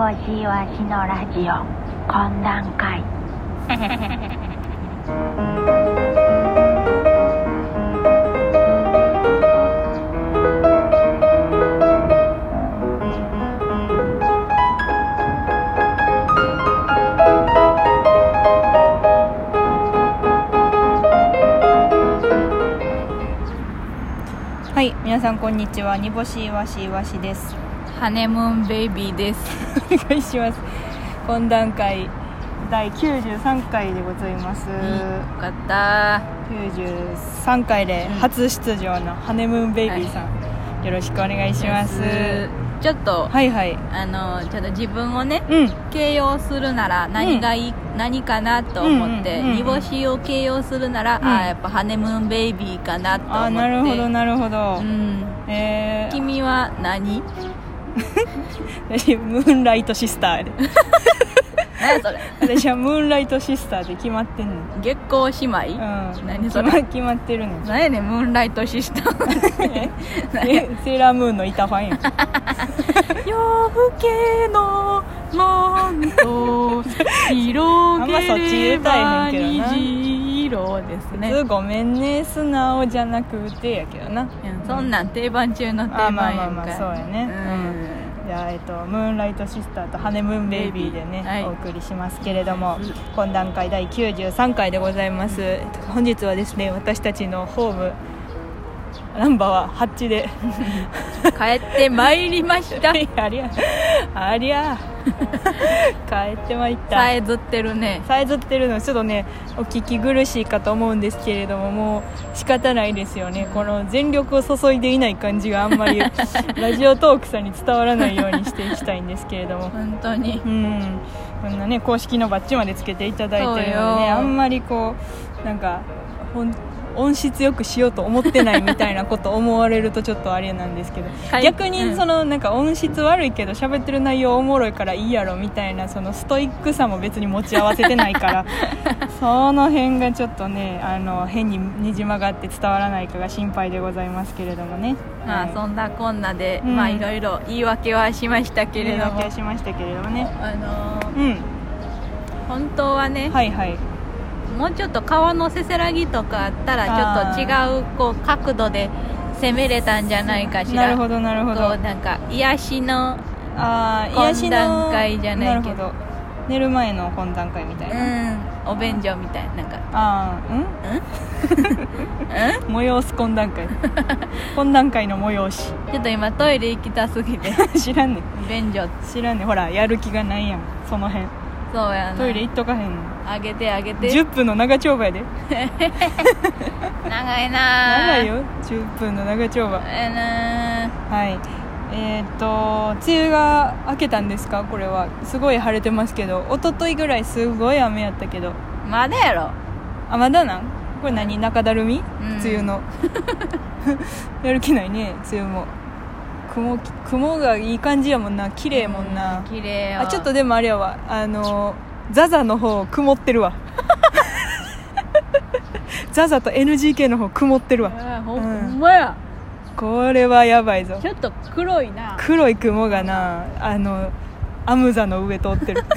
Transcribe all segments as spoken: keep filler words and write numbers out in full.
ぼしわしのラジオ懇談会はい、皆さんこんにちは。煮干しわしわしです。 ハネムーンベイビーです。 お願いします。懇談会だいきゅうじゅうさんかいでございます。 よかった。 きゅうじゅうさんかいで初出場のハネムーンベイビーさん、はい、よろしくお願いします。 ちょっと、 はいはい、 あのちょっと自分をね、 うん、 形容するなら何がいい、うん、何かなと思って、煮干しを形容するなら、うん、あやっぱハネムーンベイビーかなと思って。 あ、なるほどなるほど、 うん、 えー、 君は何？ 私ムーンライトシスターで何それ私はムーンライトシスターで決まってんねん。 月光姉妹、 うん、 何それ決まってるねん。 何やねんムーンライトシスターえセーラームーンの板ファンやん夜更けのマント広げれば虹色ですね。 普通ごめんね素直じゃなくてやけどな、 うん、そんなん定番中の定番やんか。 まあまあまあそうやね、 うんうん、じゃあ、えっと、ムーンライトシスターとハネムーンベイビーでね、はい、お送りしますけれども、懇談会だいきゅうじゅうさんかいでございます、えっと、本日はですね私たちのホームナンバーははちで帰ってまいりましたありゃありゃ帰ってまいった。 さえずってるね。 さえずってるのちょっとねお聞き苦しいかと思うんですけれども、もう仕方ないですよね。この全力を注いでいない感じがあんまりラジオトークさんに伝わらないようにしていきたいんですけれども本当に、 うん、こんなね公式のバッジまでつけていただいてるのでね、あんまりこうなんかほん音質よくしようと思ってないみたいなこと思われるとちょっとあれなんですけど、はい、逆にそのなんか音質悪いけど喋ってる内容おもろいからいいやろみたいなそのストイックさも別に持ち合わせてないからその辺がちょっとねあの変にねじ曲がって伝わらないかが心配でございますけれどもね。 まあ、はい、そんなこんなで、 うん、 まあいろいろ言い訳はしましたけれども言い訳はしましたけれどもね、 あのーうん、 本当はね、 はいはい、 もうちょっと川のせせらぎとかあったらちょっと違うこう角度で攻めれたんじゃないかしら。 なるほどなるほど。 こうなんか癒しの懇談会じゃないけど、 なるほど、寝る前の懇談会みたいな、 うん、お便所みたいな、なんかあーうん催す懇談会懇談会の催し。 ちょっと今トイレ行きたすぎて知らんねん便所知らんねん。ほらやる気がないやんその辺。 そうやな、 トイレ行っとかへんの。 あげてあげて。 じゅっぷんの長丁場やで長いな長いよじゅっぷんの長丁場。 えなはい、えー、っと梅雨が明けたんですか。これはすごい晴れてますけど、一昨日ぐらいすごい雨やったけど。 まだやろ。 あ、まだなん。これ何、中だるみ、うん、梅雨のやる気ないね梅雨も。雲, 雲がいい感じやもんな、綺麗もんな、 うん、綺麗や。 あ、ちょっとでもあれやわ、あのザザの方曇ってるわザザと エヌジーケー の方曇ってるわ。 ほんまや、 これはやばいぞ。 ちょっと黒いな、 黒い雲がな、あのアムザの上通ってる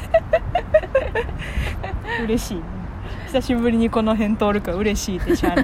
嬉しい、久しぶりにこの辺通るから嬉しいってしゃあない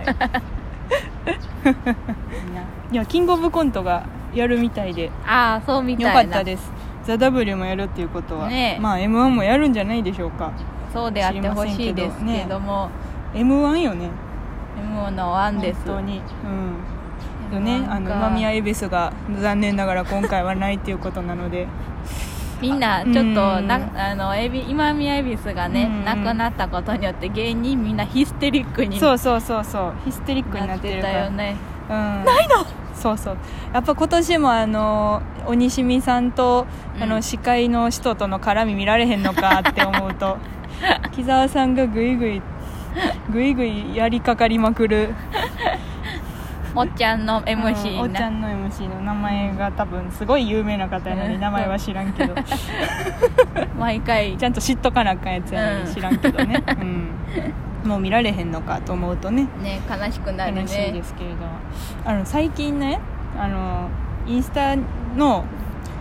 いやキングオブコントがやるみたいで、 ああそうみたいな、 よかったです。ザ・ W もやるっていうことは、 ね、 まあ エムワン もやるんじゃないでしょうか。 そうであってほしいですけども、 ね、エムワン よね。 エムワン のワンです本当に、うん、ね、あの今宮恵比寿が残念ながら今回はないっていうことなのでみんなちょっとな、あのエビ今宮恵比寿がね、亡くなったことによって芸人みんなヒステリックにそうそうそうそうヒステリックになってるからなってたよね、 うん、 ないの。 そうそう、やっぱ今年もあの鬼しみさんと、うん、あの司会の人との絡み見られへんのかって思うと木澤さんがグイグイグイグイやりかかりまくるおっちゃんの エムシー な、 うん、おっちゃんの エムシー の名前が多分すごい有名な方やのに名前は知らんけど毎回ちゃんと知っとかなあかんやつやのに知らんけどね、うんうん、もう見られへんのかと思うとね、 ね、悲しくなるね。 悲しいですけれど、あの最近ね、あのインスタの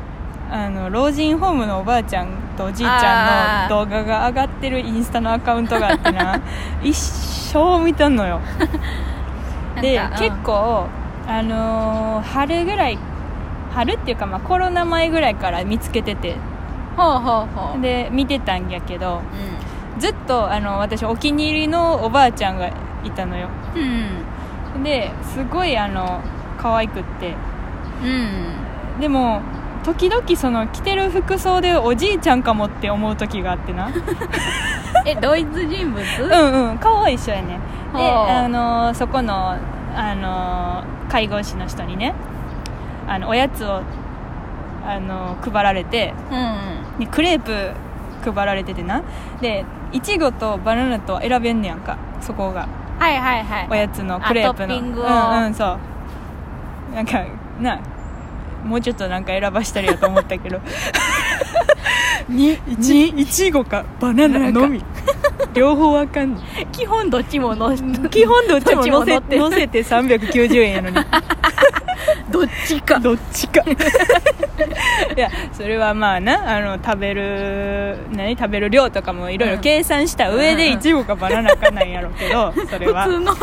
あの老人ホームのおばあちゃんとおじいちゃんの動画が上がってるインスタのアカウントがあってな一生見たのよで、うん、結構あのー、春ぐらい春っていうか、まあ、コロナ前ぐらいから見つけてて、 ほうほうほうで見てたんやけど、 うん、 ずっとあの私お気に入りのおばあちゃんがいたのよ、うん、ですごいあの可愛くって、うん、でも時々その着てる服装でおじいちゃんかもって思う時があってなえ同一人物？ うんうん顔は一緒やね。であのそこのあの介護士の人にねあのおやつをあの配られて、うんうん、でクレープ配られててなでいちごとバナナと選べんねやんかそこがはいはいはいおやつのクレープのトッピングをうんうんそうなんかなもうちょっとなんか選ばしたりやと思ったけどにいちごかバナナのみ両方あかんねん基本どっちもの基本どっちも乗せ乗せてさんびゃくきゅうじゅうえんやのにどっちかどっちかいやそれはまあなあの食べる何食べる量とかもいろいろ計算した上でいちごかバナナかなんやろうけどそれは普通の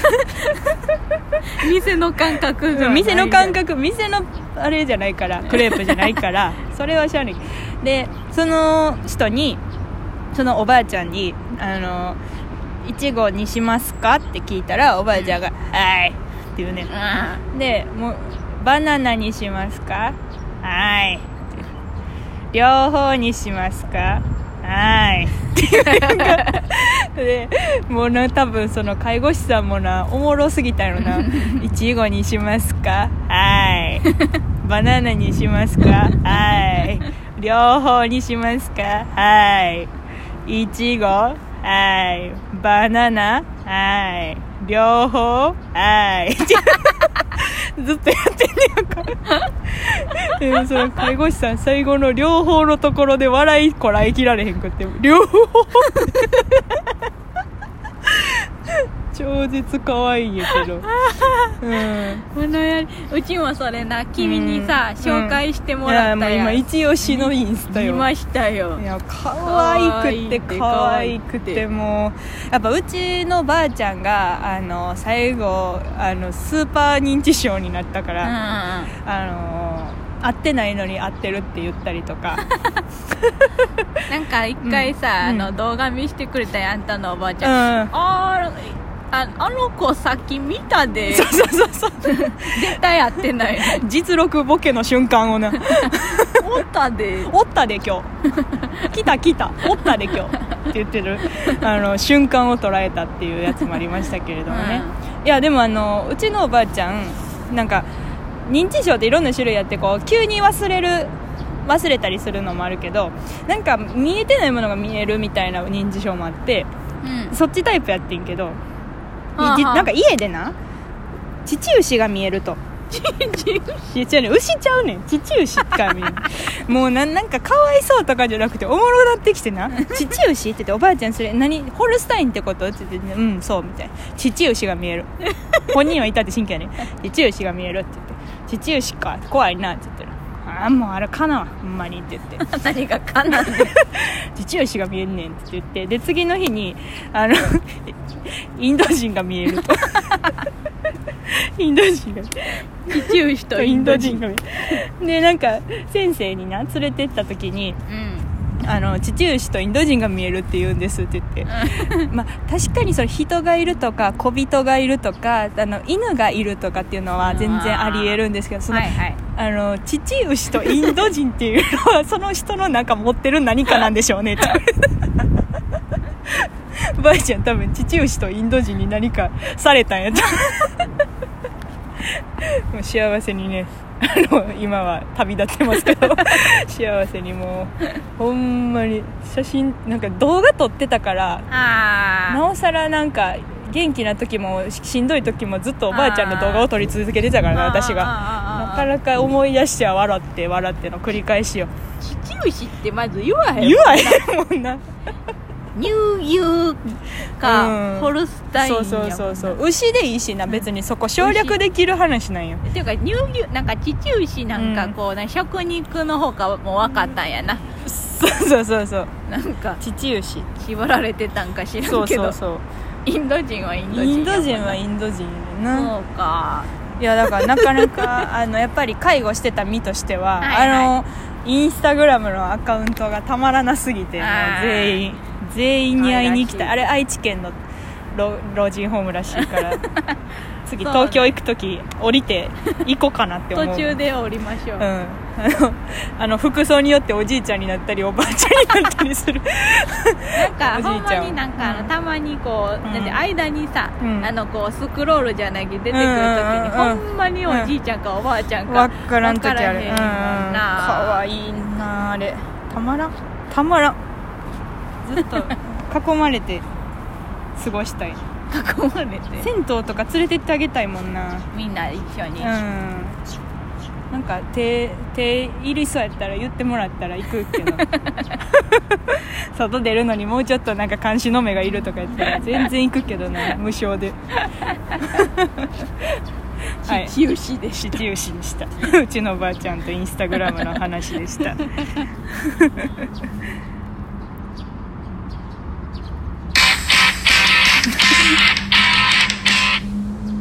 店の感覚じゃない店の感覚店のあれじゃないからクレープじゃないからそれはしゃあないでその人にそのおばあちゃんにあのいちごにしますかって聞いたらおばあちゃんが、うん、はいって言うね、うん、でもうバナナにしますかはい両方にしますかはいでもうな多分その介護士さんもなおもろすぎたのないちごにしますかはいバナナにしますかはい両方にしますかはいいちごはいバナナはい両方はいずっとやってんねやんかでもその介護士さん最後の両方のところで笑いこらえきられへんくって両方超絶可愛いんやけど、うん、 あのやうちもそれな君にさ、うん、紹介してもらったや、 いやもう今一押しのインスタよ見ましたよいや可愛くて可愛くてもうやっぱうちのばあちゃんがあの最後あのスーパー認知症になったから、うん、あの会ってないのに会ってるって言ったりとかなんか一回さ、うん、あの動画見せてくれたやんあんたのおばあちゃん、うん、あーあ, あの子さっき見たでそうそうそうそう絶対やってない実録ボケの瞬間をなおったでおったで今日来た来たおったで今日って言ってるあの瞬間を捉えたっていうやつもありましたけれどもね、うん、いやでもあのうちのおばあちゃんなんか認知症っていろんな種類あってこう急に忘れる忘れたりするのもあるけどなんか見えてないものが見えるみたいな認知症もあって、うん、そっちタイプやってんけどはあはあ、なんか家でな乳牛が見えると乳牛ね牛ちゃうねん乳牛が見えるもう な, なんかかわいそうとかじゃなくておもろなってきてな乳牛って言っておばあちゃんそれ何ホルスタインってことって言って、ね、うんそうみたいな乳牛が見える本人はいたって神経やね乳牛が見えるって言って乳牛か怖いなって言ってるあもうあれかなほんまにって言って何がかな乳牛が見えんねんって言ってで次の日にあのインド人が見えるとインド人が乳牛とインド人が見えるでなんか先生にな連れてった時に、うん、あの乳牛とインド人が見えるって言うんですって言ってまあ確かにそれ人がいるとか小人がいるとかあの犬がいるとかっていうのは全然ありえるんですけどその、はいはい、あの乳牛とインド人っていうのはその人のなんか持ってる何かなんでしょうねってばあちゃん多分乳牛とインド人に何かされたんやともう幸せにねあの今は旅立ってますけど幸せにもうほんまに写真なんか動画撮ってたからなおさらなんか元気な時もしんどい時もずっとおばあちゃんの動画を撮り続けてたからな私がなかなか思い出しては笑って笑っての繰り返しよ乳牛ってまず言わへん言わへんもんな乳牛か、 うんホルスタインやそうそうそうそう牛でいいしな、別にそこ省略できる話なんよ。 っていうか乳牛なんか乳牛なんかこう、ね、食肉の方かも分かったんやな。 そうそうそうそうなんか乳牛縛られてたんか知らんけど、 そうそうそうインド人はインド人インド人はンインド人やな。 そうか。 いやだからなかなかあのやっぱり介護してた身としてははいはいあのインスタグラムのアカウントがたまらなすぎて、もうあー全員全員に会いに行きたい。 愛らしいあれ愛知県の老老人ホームらしいから次そう東京行く時降りて行こうかなって思う。 途中で降りましょう、 うん、あのあの服装によっておじいちゃんになったりおばあちゃんになったりするなんかほんまおじいちゃんになんかあの、 うんたまにこう、 うんなんて間にさ、 うんあのこうスクロールじゃなきゃ出てくる時に、 うんうんうんほんまにおじいちゃんかおばあちゃんかわからん時ある。 わからへんもんな、 かわいいなあれ。たまらんたまらん。ずっと囲まれて過ごしたい。 囲まれて銭湯とか連れてってあげたいもんな。 みんな一緒に、 うん、なんか手手いりそうやったら言ってもらったら行くけど外出るのにもうちょっとなんか監視の目がいるとか言ったら全然行くけどな、無償ではい、 乳牛でした。 七牛でしたうちのおばあちゃんとインスタグラムの話でした